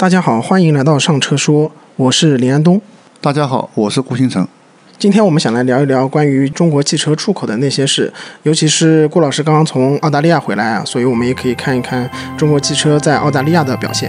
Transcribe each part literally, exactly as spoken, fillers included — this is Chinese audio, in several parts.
大家好，欢迎来到上车说，我是林安东。 大家好，我是顾星辰。 今天我们想来聊一聊关于中国汽车出口的那些事，尤其是顾老师刚刚从澳大利亚回来啊，所以我们也可以看一看中国汽车在澳大利亚的表现。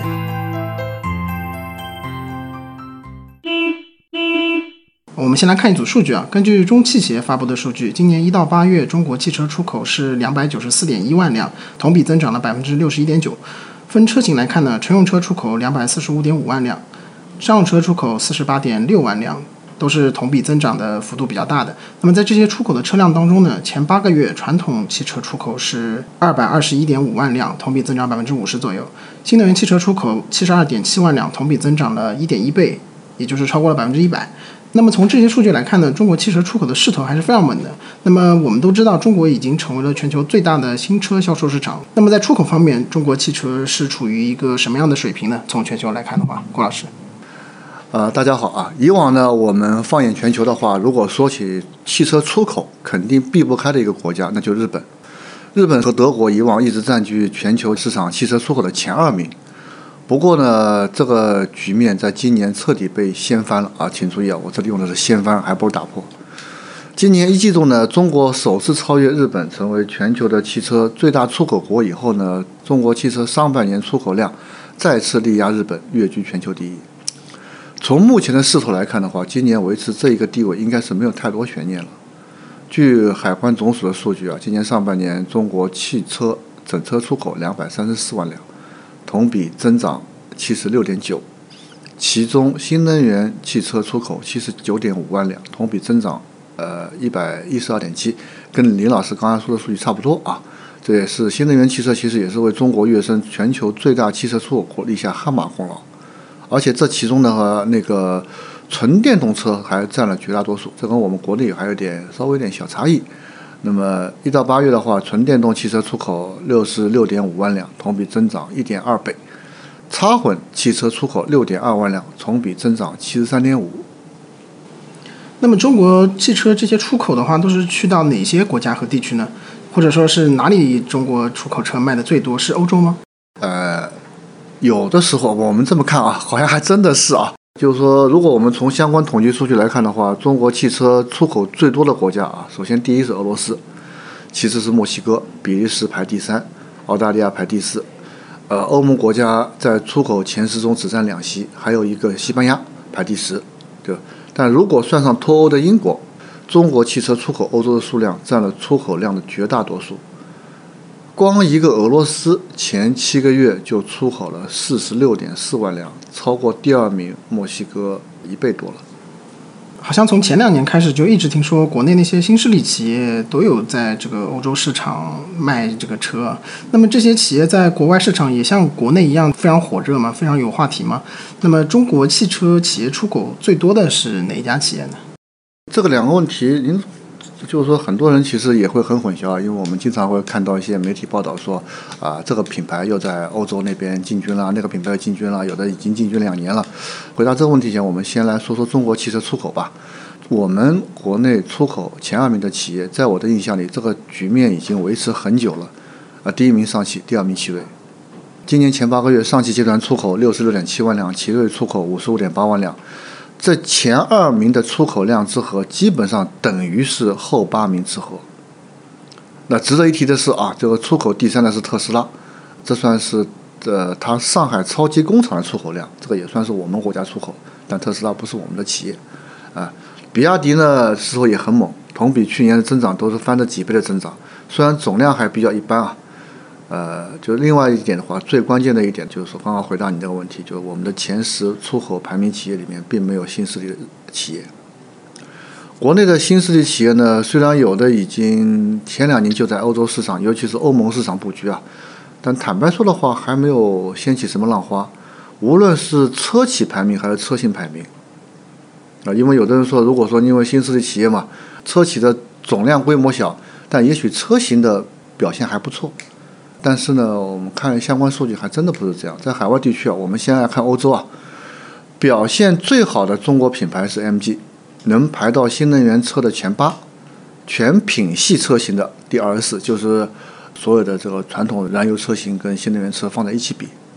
我们先来看一组数据啊，根据中汽协发布的数据，今年一到八月，中国汽车出口是两百九十四点一万辆，同比增长了百分之六十一点九。分车型来看呢，乘用车出口两百四十五点五万辆，商用车出口四十八点六万辆，都是同比增长的幅度比较大的。那么在这些出口的车辆当中呢，前八个月传统汽车出口是二百二十一点五万辆，同比增长百分之五十左右；新能源汽车出口七十二点七万辆，同比增长了一点一倍，也就是超过了百分之一百。那么从这些数据来看呢，中国汽车出口的势头还是非常稳的。那么我们都知道，中国已经成为了全球最大的新车销售市场。那么在出口方面，中国汽车是处于一个什么样的水平呢？从全球来看的话，郭老师。 呃，大家好啊。以往呢，我们放眼全球的话，如果说起汽车出口，肯定避不开的一个国家，那就是日本。日本和德国以往一直占据全球市场汽车出口的前二名。不过呢，这个局面在今年彻底被掀翻了啊！请注意啊，我这里用的是掀翻，还不是打破。今年一季度呢，中国首次超越日本，成为全球的汽车最大出口国以后呢，中国汽车上半年出口量再次力压日本，跃居全球第一。从目前的势头来看的话，今年维持这一个地位应该是没有太多悬念了。据海关总署的数据啊，今年上半年中国汽车整车出口两百三十四万辆。同比增长七十六点九，其中新能源汽车出口七十九点五万辆，同比增长呃一百一十二点七，跟林老师刚才说的数据差不多啊。这也是新能源汽车其实也是为中国跃升全球最大汽车出口国立下汗马功劳，而且这其中的那个纯电动车还占了绝大多数，这跟我们国内还有点稍微有点小差异。那么一到八月的话，纯电动汽车出口六十六点五万辆，同比增长一点二倍；插混汽车出口六点二万辆，同比增长七十三点五。 那么中国汽车这些出口的话，都是去到哪些国家和地区呢？或者说是哪里中国出口车卖的最多？是欧洲吗？ 呃，有的时候我们这么看啊，好像还真的是啊。就是说，如果我们从相关统计数据来看的话，中国汽车出口最多的国家啊，首先第一是俄罗斯，其次是墨西哥，比利时排第三，澳大利亚排第四。呃，欧盟国家在出口前十中只占两席，还有一个西班牙排第十，对吧？但如果算上脱欧的英国，中国汽车出口欧洲的数量占了出口量的绝大多数。光一个俄罗斯前七个月就出口了四十六点四万辆，超过第二名墨西哥一倍多了。 好像从前两年开始就一直听说国内那些新势力企业都有在这个欧洲市场卖这个车，那么这些企业在国外市场也像国内一样非常火热吗？非常有话题吗？那么中国汽车企业出口最多的是哪一家企业呢？ 这个两个问题您就是说，很多人其实也会很混淆，因为我们经常会看到一些媒体报道说，啊，这个品牌又在欧洲那边进军了，那个品牌又进军了，有的已经进军两年了。回答这个问题前，我们先来说说中国汽车出口吧。我们国内出口前二名的企业，在我的印象里，这个局面已经维持很久了。啊，第一名上汽，第二名奇瑞。今年前八个月，上汽集团出口六十六点七万辆，奇瑞出口五十五点八万辆。这前二名的出口量之和，基本上等于是后八名之和。那值得一提的是啊，这个出口第三的是特斯拉，这算是呃它上海超级工厂的出口量，这个也算是我们国家出口，但特斯拉不是我们的企业啊。比亚迪呢，势头也很猛，同比去年的增长都是翻了几倍的增长，虽然总量还比较一般啊。呃，就另外一点的话，最关键的一点就是说，刚刚回答你这个问题，就是我们的前十出口排名企业里面，并没有新势力的企业。国内的新势力企业呢，虽然有的已经前两年就在欧洲市场，尤其是欧盟市场布局啊，但坦白说的话，还没有掀起什么浪花。无论是车企排名还是车型排名，啊，因为有的人说，如果说因为新势力企业嘛，车企的总量规模小，但也许车型的表现还不错。但是呢，我们看相关数据还真的不是这样。在海外地区啊，我们先来看欧洲啊，表现最好的中国品牌是 M G， 能排到新能源车的前八，全品系车型的第二十四，就是所有的这个传统燃油车型跟新能源车放在一起比，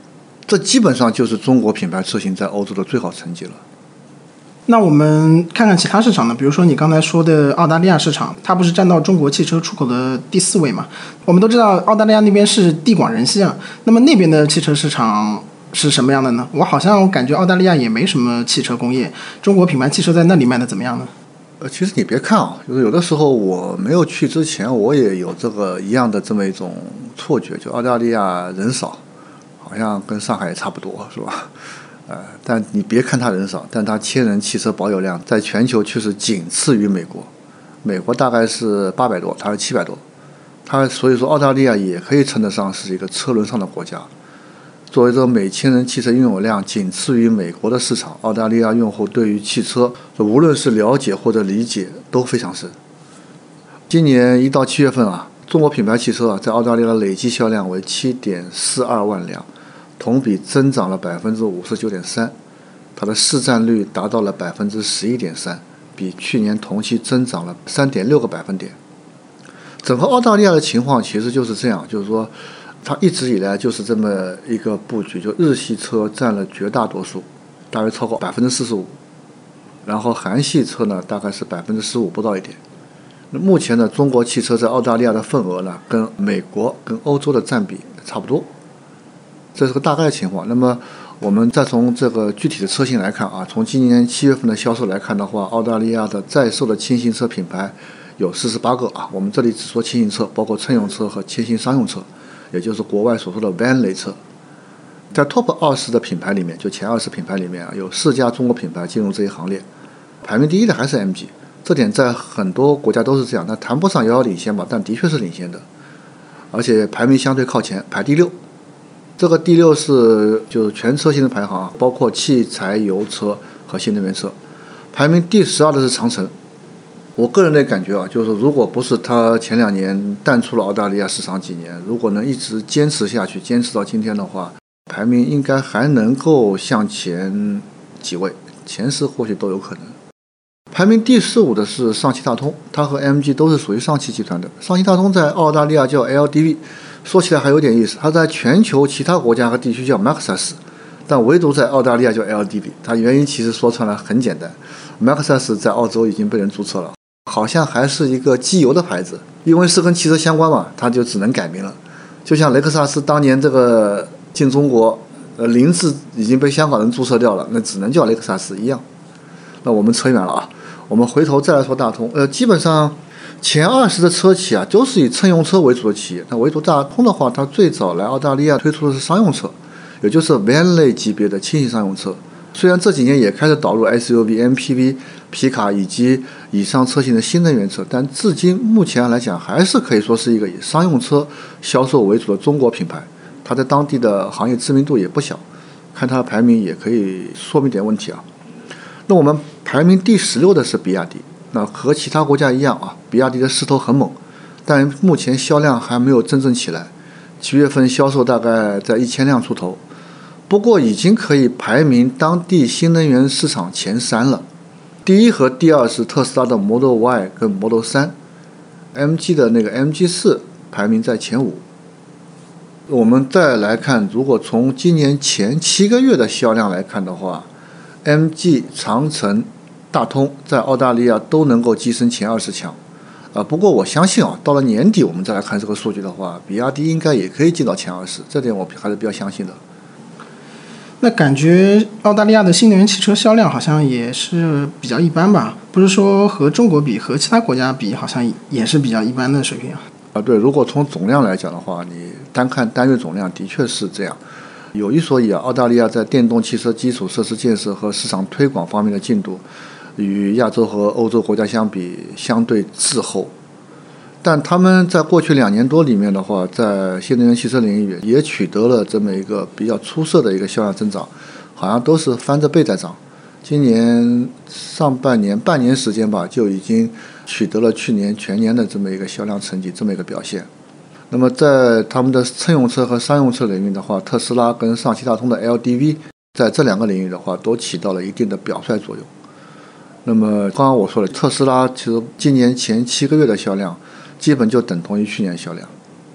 这基本上就是中国品牌车型在欧洲的最好成绩了。 那我们看看其他市场呢？比如说你刚才说的澳大利亚市场，它不是占到中国汽车出口的第四位嘛？我们都知道澳大利亚那边是地广人稀啊，那么那边的汽车市场是什么样的呢？我好像感觉澳大利亚也没什么汽车工业，中国品牌汽车在那里卖的怎么样呢？ 呃，其实你别看啊，就是有的时候我没有去之前，我也有这个一样的这么一种错觉，就澳大利亚人少，好像跟上海也差不多，是吧？呃，但你别看它人少，但它千人汽车保有量在全球却是仅次于美国，美国大概是八百多，它是七百多，它所以说澳大利亚也可以称得上是一个车轮上的国家。作为这个每千人汽车拥有量仅次于美国的市场，澳大利亚用户对于汽车无论是了解或者理解都非常深。今年一到七月份啊，中国品牌汽车啊在澳大利亚的累计销量为 七点四二万辆，同比增长了 百分之五十九点三， 它的市占率达到了 百分之十一点三， 比去年同期增长了 三点六个百分点。整个澳大利亚的情况其实就是这样，就是说它一直以来就是这么一个布局，就日系车占了绝大多数，大约超过 百分之四十五， 然后韩系车呢大概是 百分之十五 不到一点。那目前呢，中国汽车在澳大利亚的份额呢跟美国跟欧洲的占比差不多，这是个大概的情况。那么我们再从这个具体的车型来看啊，从今年七月份的销售来看的话，澳大利亚的在售的轻型车品牌有四十八个啊，我们这里只说轻型车，包括乘用车和轻型商用车，也就是国外所说的 van 类车。在 top 二十的品牌里面，就前二十品牌里面啊，有四家中国品牌进入这一行列，排名第一的还是 M G， 这点在很多国家都是这样，那谈不上遥遥领先吧，但的确是领先的，而且排名相对靠前，排第六。这个第六是就是全车型的排行，包括汽柴油车和新能源车。排名第十二的是长城。我个人的感觉啊，就是如果不是他前两年淡出了澳大利亚市场几年，如果能一直坚持下去，坚持到今天的话，排名应该还能够向前几位，前十或许都有可能。排名第十五的是上汽大通，它和 M G 都是属于上汽集团的。上汽大通在澳大利亚叫 L D V， 说起来还有点意思，它在全球其他国家和地区叫 Maxus， 但唯独在澳大利亚叫 L D V。 它原因其实说穿了很简单， Maxus 在澳洲已经被人注册了，好像还是一个机油的牌子，因为是跟汽车相关嘛，它就只能改名了。就像雷克萨斯当年这个进中国，呃，零字已经被香港人注册掉了，那只能叫雷克萨斯一样。那我们扯远了啊，我们回头再来说大通。呃，基本上前二十的车企啊，都是以乘用车为主的企业。那唯独大通的话，它最早来澳大利亚推出的是商用车，也就是 van 类级别的轻型商用车。虽然这几年也开始导入 S U V、M P V、皮卡以及以上车型的新能源车，但至今目前来讲，还是可以说是一个以商用车销售为主的中国品牌。它在当地的行业知名度也不小，看它的排名也可以说明点问题啊。那我们排名第十六的是比亚迪，那和其他国家一样啊，比亚迪的势头很猛，但目前销量还没有真正起来，七月份销售大概在一千辆出头，不过已经可以排名当地新能源市场前三了。第一和第二是特斯拉的 Model Y 跟 Model 三， M G 的那个 M G 四 排名在前五。我们再来看，如果从今年前七个月的销量来看的话， M G、 长城、大通在澳大利亚都能够跻身前二十强。啊，不过我相信啊，到了年底我们再来看这个数据的话，比亚迪应该也可以进到前二十，这点我还是比较相信的。 那感觉澳大利亚的新能源汽车销量好像也是比较一般吧？不是说和中国比，和其他国家比，好像也是比较一般的水平啊。 啊，对，如果从总量来讲的话，你单看单月总量的确是这样。有一说一啊，澳大利亚在电动汽车基础设施建设和市场推广方面的进度，与亚洲和欧洲国家相比相对滞后。但他们在过去两年多里面的话，在新能源汽车领域也取得了这么一个比较出色的一个销量增长，好像都是翻着倍在涨。今年上半年半年时间吧，就已经取得了去年全年的这么一个销量成绩，这么一个表现。那么在他们的乘用车和商用车领域的话，特斯拉跟上汽大通的 L D V 在这两个领域的话，都起到了一定的表率作用。那么刚刚我说了，特斯拉其实今年前七个月的销量基本就等同于去年销量。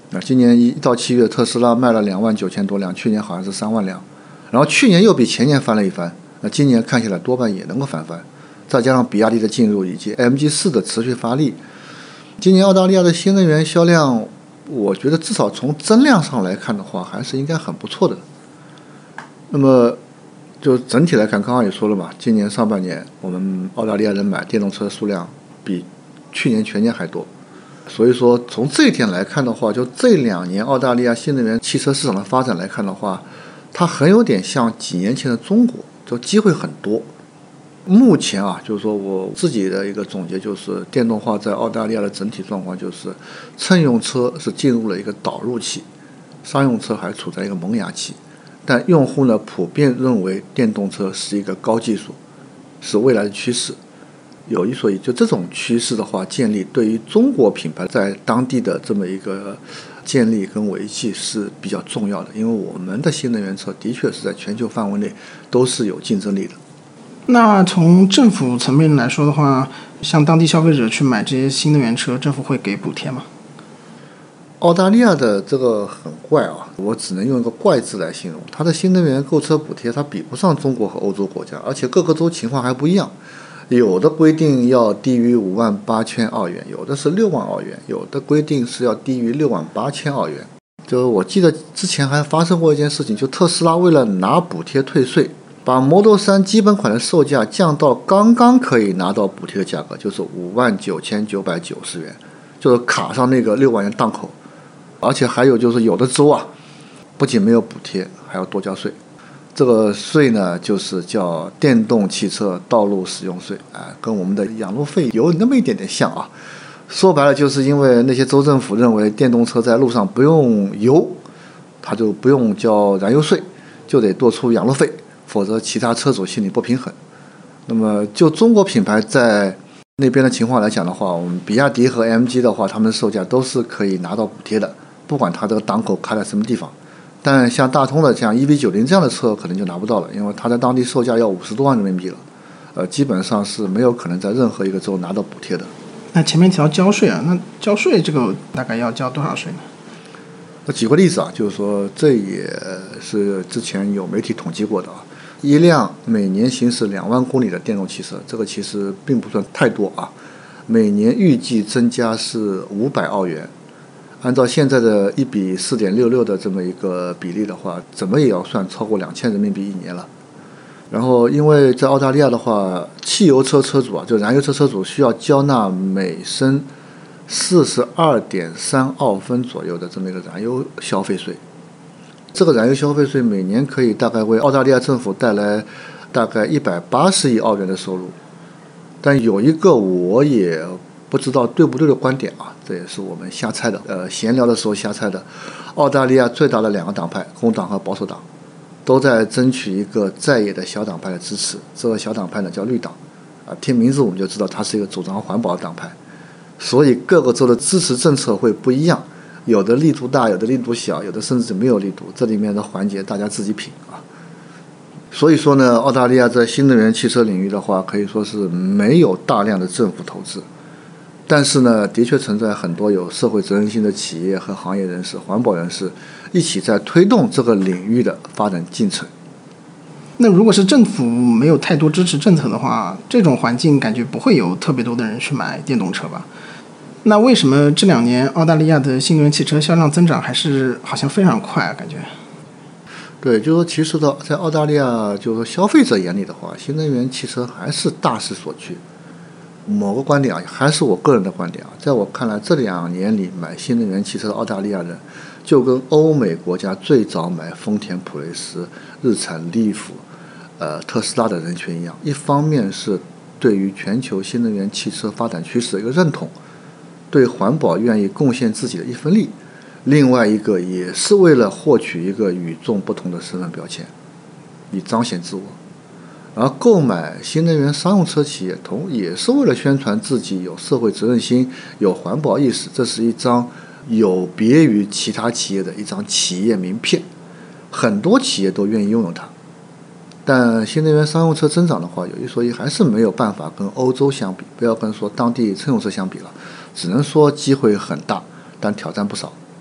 那今年一到七月，特斯拉卖了两万九千多辆，去年好像是三万辆，然后去年又比前年翻了一番，那今年看起来多半也能够翻番。再加上比亚迪的进入以及 M G 四 的持续发力，今年澳大利亚的新能源销量，我觉得至少从增量上来看的话，还是应该很不错的。那么就整体来看，刚刚也说了嘛，今年上半年我们澳大利亚人买电动车数量比去年全年还多。所以说从这一点来看的话，就这两年澳大利亚新能源汽车市场的发展来看的话，它很有点像几年前的中国，就机会很多。目前啊，就是说我自己的一个总结就是，电动化在澳大利亚的整体状况就是，乘用车是进入了一个导入期，商用车还处在一个萌芽期，但用户呢普遍认为电动车是一个高技术，是未来的趋势。有一说一，就这种趋势的话，建立对于中国品牌在当地的这么一个建立跟维系是比较重要的，因为我们的新能源车的确是在全球范围内都是有竞争力的。 那从政府层面来说的话，像当地消费者去买这些新能源车，政府会给补贴吗？ 澳大利亚的这个很怪啊，我只能用一个怪字来形容，它的新能源购车补贴它比不上中国和欧洲国家，而且各个州情况还不一样。有的规定要低于五万八千澳元，有的是六万澳元，有的规定是要低于六万八千澳元。就我记得之前还发生过一件事情，就特斯拉为了拿补贴退税，把 Model 三基本款的售价降到刚刚可以拿到补贴的价格，就是五万九千九百九十元，就是卡上那个六万元档口。而且还有就是有的州啊，不仅没有补贴，还要多交税。这个税呢，就是叫电动汽车道路使用税啊，跟我们的养路费有那么一点点像啊。说白了，就是因为那些州政府认为电动车在路上不用油，它就不用交燃油税，就得多出养路费，否则其他车主心里不平衡。那么就中国品牌在那边的情况来讲的话，我们比亚迪和 M G 的话，他们售价都是可以拿到补贴的，不管它这个档口卡在什么地方。但像大通的像 E V 九零 这样的车可能就拿不到了，因为它在当地售价要五十多万人民币了，呃，基本上是没有可能在任何一个州拿到补贴的。 那前面提到交税啊，那交税这个大概要交多少税呢？ 我举个例子啊，就是说这也是之前有媒体统计过的啊，一辆每年行驶两万公里的电动汽车，这个其实并不算太多啊，每年预计增加是五百澳元。按照现在的一比四点六六的这么一个比例的话，怎么也要算超过两千人民币一年了。然后，因为在澳大利亚的话，汽油车车主啊，就燃油车车主需要交纳每升四十二点三澳分左右的这么一个燃油消费税。这个燃油消费税每年可以大概为澳大利亚政府带来大概一百八十亿澳元的收入。但有一个我也不知道对不对的观点啊，这也是我们瞎猜的，呃，闲聊的时候瞎猜的。澳大利亚最大的两个党派，工党和保守党，都在争取一个在野的小党派的支持。这个小党派呢叫绿党，啊，听名字我们就知道它是一个主张环保的党派。所以各个州的支持政策会不一样，有的力度大，有的力度小，有的甚至没有力度。这里面的环节大家自己品啊。所以说呢，澳大利亚在新能源汽车领域的话，可以说是没有大量的政府投资。但是呢，的确存在很多有社会责任心的企业和行业人士、环保人士一起在推动这个领域的发展进程。 那如果是政府没有太多支持政策的话，这种环境感觉不会有特别多的人去买电动车吧？那为什么这两年澳大利亚的新能源汽车销量增长还是好像非常快啊？感觉？ 对，就是说，其实的在澳大利亚，就是说消费者眼里的话，新能源汽车还是大势所趋。某个观点啊，还是我个人的观点啊，在我看来，这两年里买新能源汽车的澳大利亚人，就跟欧美国家最早买丰田普锐斯、日产利弗、呃特斯拉的人群一样。一方面是对于全球新能源汽车发展趋势的一个认同，对环保愿意贡献自己的一份力；另外一个也是为了获取一个与众不同的身份标签，以彰显自我。而购买新能源商用车企业同也是为了宣传自己有社会责任心、有环保意识，这是一张有别于其他企业的一张企业名片，很多企业都愿意拥有它。但新能源商用车增长的话，有一说一，还是没有办法跟欧洲相比，不要跟说当地乘用车相比了，只能说机会很大，但挑战不少。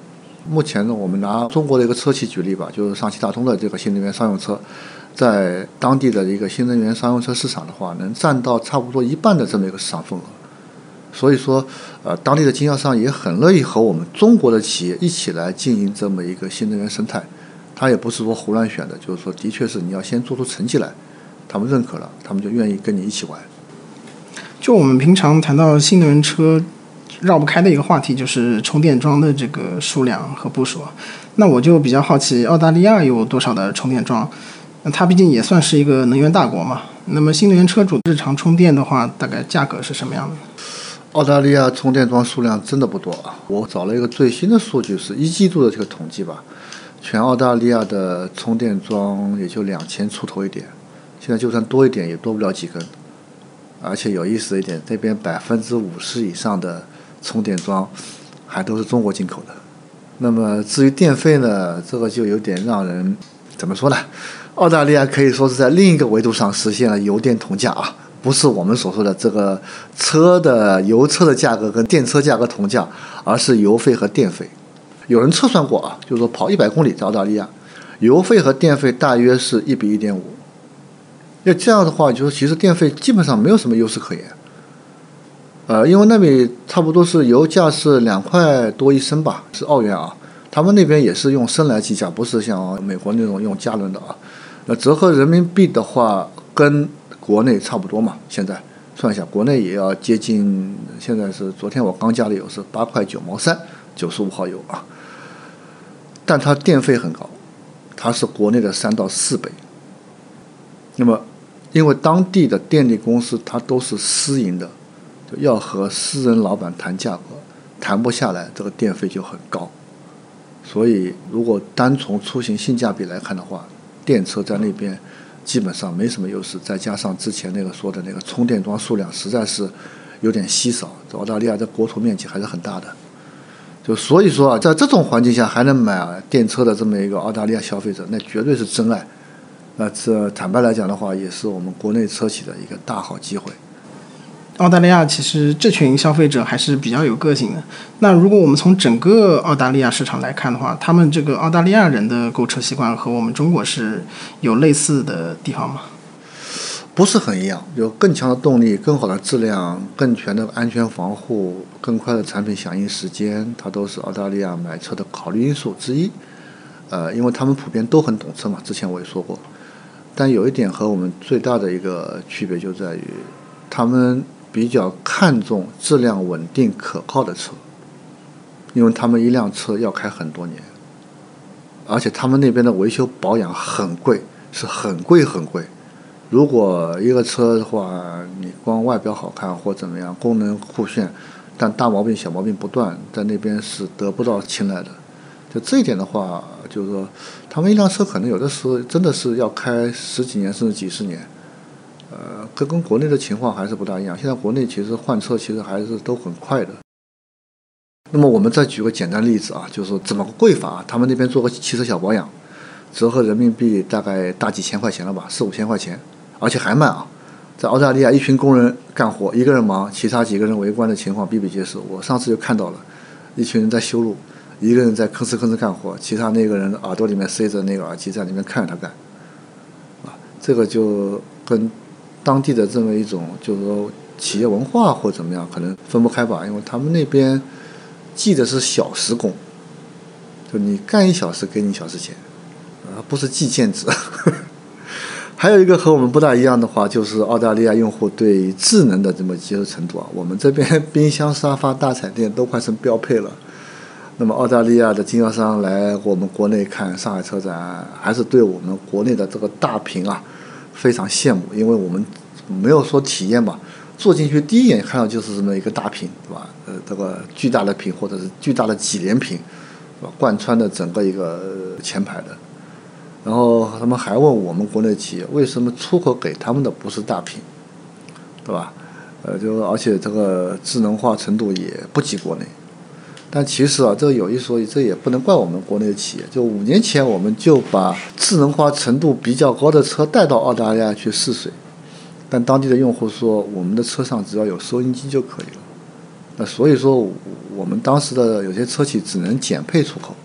目前呢，我们拿中国的一个车企举例吧，就是上汽大通的这个新能源商用车，在当地的一个新能源商用车市场的话，能占到差不多一半的这么一个市场份额。所以说，呃，当地的经销商也很乐意和我们中国的企业一起来经营这么一个新能源生态。他也不是说胡乱选的，就是说，的确是你要先做出成绩来，他们认可了，他们就愿意跟你一起玩。 就我们平常谈到新能源车，绕不开的一个话题就是充电桩的这个数量和部署。那我就比较好奇，澳大利亚有多少的充电桩？那它毕竟也算是一个能源大国嘛。那么新能源车主日常充电的话，大概价格是什么样的？ 澳大利亚充电桩数量真的不多啊！我找了一个最新的数据，是一季度的这个统计吧。全澳大利亚的充电桩也就两千出头一点，现在就算多一点也多不了几根。而且有意思一点，这边百分之五十以上的充电桩还都是中国进口的。那么至于电费呢，这个就有点让人怎么说呢？澳大利亚可以说是在另一个维度上实现了油电同价啊，不是我们所说的这个车的油车的价格跟电车价格同价，而是油费和电费。有人测算过啊，就是说跑一百公里在澳大利亚，油费和电费大约是一比一点五。那这样的话，就是其实电费基本上没有什么优势可言。呃，因为那里差不多是油价是两块多一升吧，是澳元啊。他们那边也是用升来计价，不是像美国那种用加仑的啊。那折合人民币的话，跟国内差不多嘛。现在算一下，国内也要接近，现在是昨天我刚加的油是八块九毛三，九十五号油啊。但它电费很高，它是国内的三到四倍。那么，因为当地的电力公司它都是私营的，就要和私人老板谈价格，谈不下来，这个电费就很高。所以，如果单从出行性价比来看的话，电车在那边基本上没什么优势。再加上之前那个说的那个充电桩数量实在是有点稀少，澳大利亚的国土面积还是很大的。就所以说啊，在这种环境下还能买电车的这么一个澳大利亚消费者，那绝对是真爱。那这坦白来讲的话，也是我们国内车企的一个大好机会。 澳大利亚其实这群消费者还是比较有个性的。那如果我们从整个澳大利亚市场来看的话，他们这个澳大利亚人的购车习惯和我们中国是有类似的地方吗？ 不是很一样，有更强的动力、更好的质量、更全的安全防护、更快的产品响应时间，它都是澳大利亚买车的考虑因素之一。呃，因为他们普遍都很懂车嘛，之前我也说过。但有一点和我们最大的一个区别就在于，他们比较看重质量稳定可靠的车，因为他们一辆车要开很多年，而且他们那边的维修保养很贵，是很贵很贵。如果一个车的话，你光外表好看或怎么样，功能酷炫，但大毛病小毛病不断，在那边是得不到青睐的。就这一点的话，就是说，他们一辆车可能有的时候真的是要开十几年甚至几十年，呃，跟跟国内的情况还是不大一样。现在国内其实换车其实还是都很快的。那么我们再举个简单例子啊，就是说怎么个贵法啊？他们那边做个汽车小保养，折合人民币大概大几千块钱了吧，四五千块钱，而且还慢啊。在澳大利亚，一群工人干活，一个人忙，其他几个人围观的情况比比皆是。我上次就看到了，一群人在修路。一个人在吭哧吭哧干活，其他那个人耳朵里面塞着那个耳机，在里面看着他干，啊，这个就跟当地的这么一种就是说企业文化或怎么样可能分不开吧，因为他们那边记的是小时工，就你干一小时给你一小时钱，啊，不是计件制。还有一个和我们不大一样的话，就是澳大利亚用户对智能的这么接受程度啊，我们这边冰箱、沙发、大彩电都快成标配了。那么澳大利亚的经销商来我们国内看上海车展，还是对我们国内的这个大屏啊非常羡慕，因为我们没有说体验嘛，坐进去第一眼看到就是这么一个大屏，对吧？呃，这个巨大的屏或者是巨大的几连屏，是吧？贯穿的整个一个前排的。然后他们还问我们国内企业为什么出口给他们的不是大屏，对吧？呃，就而且这个智能化程度也不及国内。但其实啊，这个有一说一，这也不能怪我们国内的企业。就五年前，我们就把智能化程度比较高的车带到澳大利亚去试水，但当地的用户说，我们的车上只要有收音机就可以了。那所以说，我们当时的有些车企只能减配出口，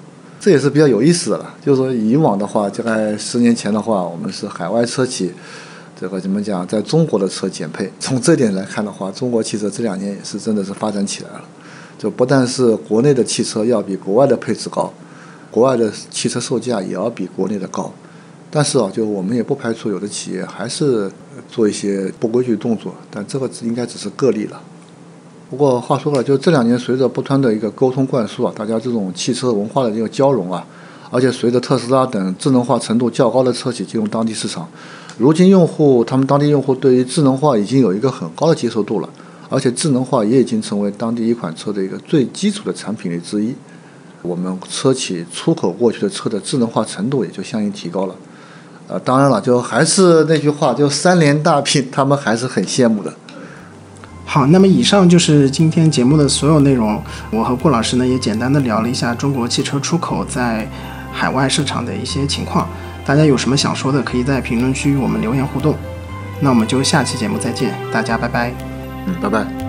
这也是比较有意思的了。就是说以往的话，大概十年前的话，我们是海外车企这个怎么讲，在中国的车减配。从这点来看的话，中国汽车这两年也是真的是发展起来了。就不但是国内的汽车要比国外的配置高，国外的汽车售价也要比国内的高。但是啊，就我们也不排除有的企业还是做一些不规矩动作，但这个应该只是个例了。不过话说了，就这两年随着不断的一个沟通灌输啊，大家这种汽车文化的一个交融啊，而且随着特斯拉等智能化程度较高的车企进入当地市场，如今用户他们当地用户对于智能化已经有一个很高的接受度了，而且智能化也已经成为当地一款车的一个最基础的产品力之一。我们车企出口过去的车的智能化程度也就相应提高了。呃，当然了，就还是那句话，就三联大品，他们还是很羡慕的。 好，那么以上就是今天节目的所有内容。我和顾老师呢也简单的聊了一下中国汽车出口在海外市场的一些情况。大家有什么想说的，可以在评论区与我们留言互动。那我们就下期节目再见，大家拜拜。 嗯，拜拜。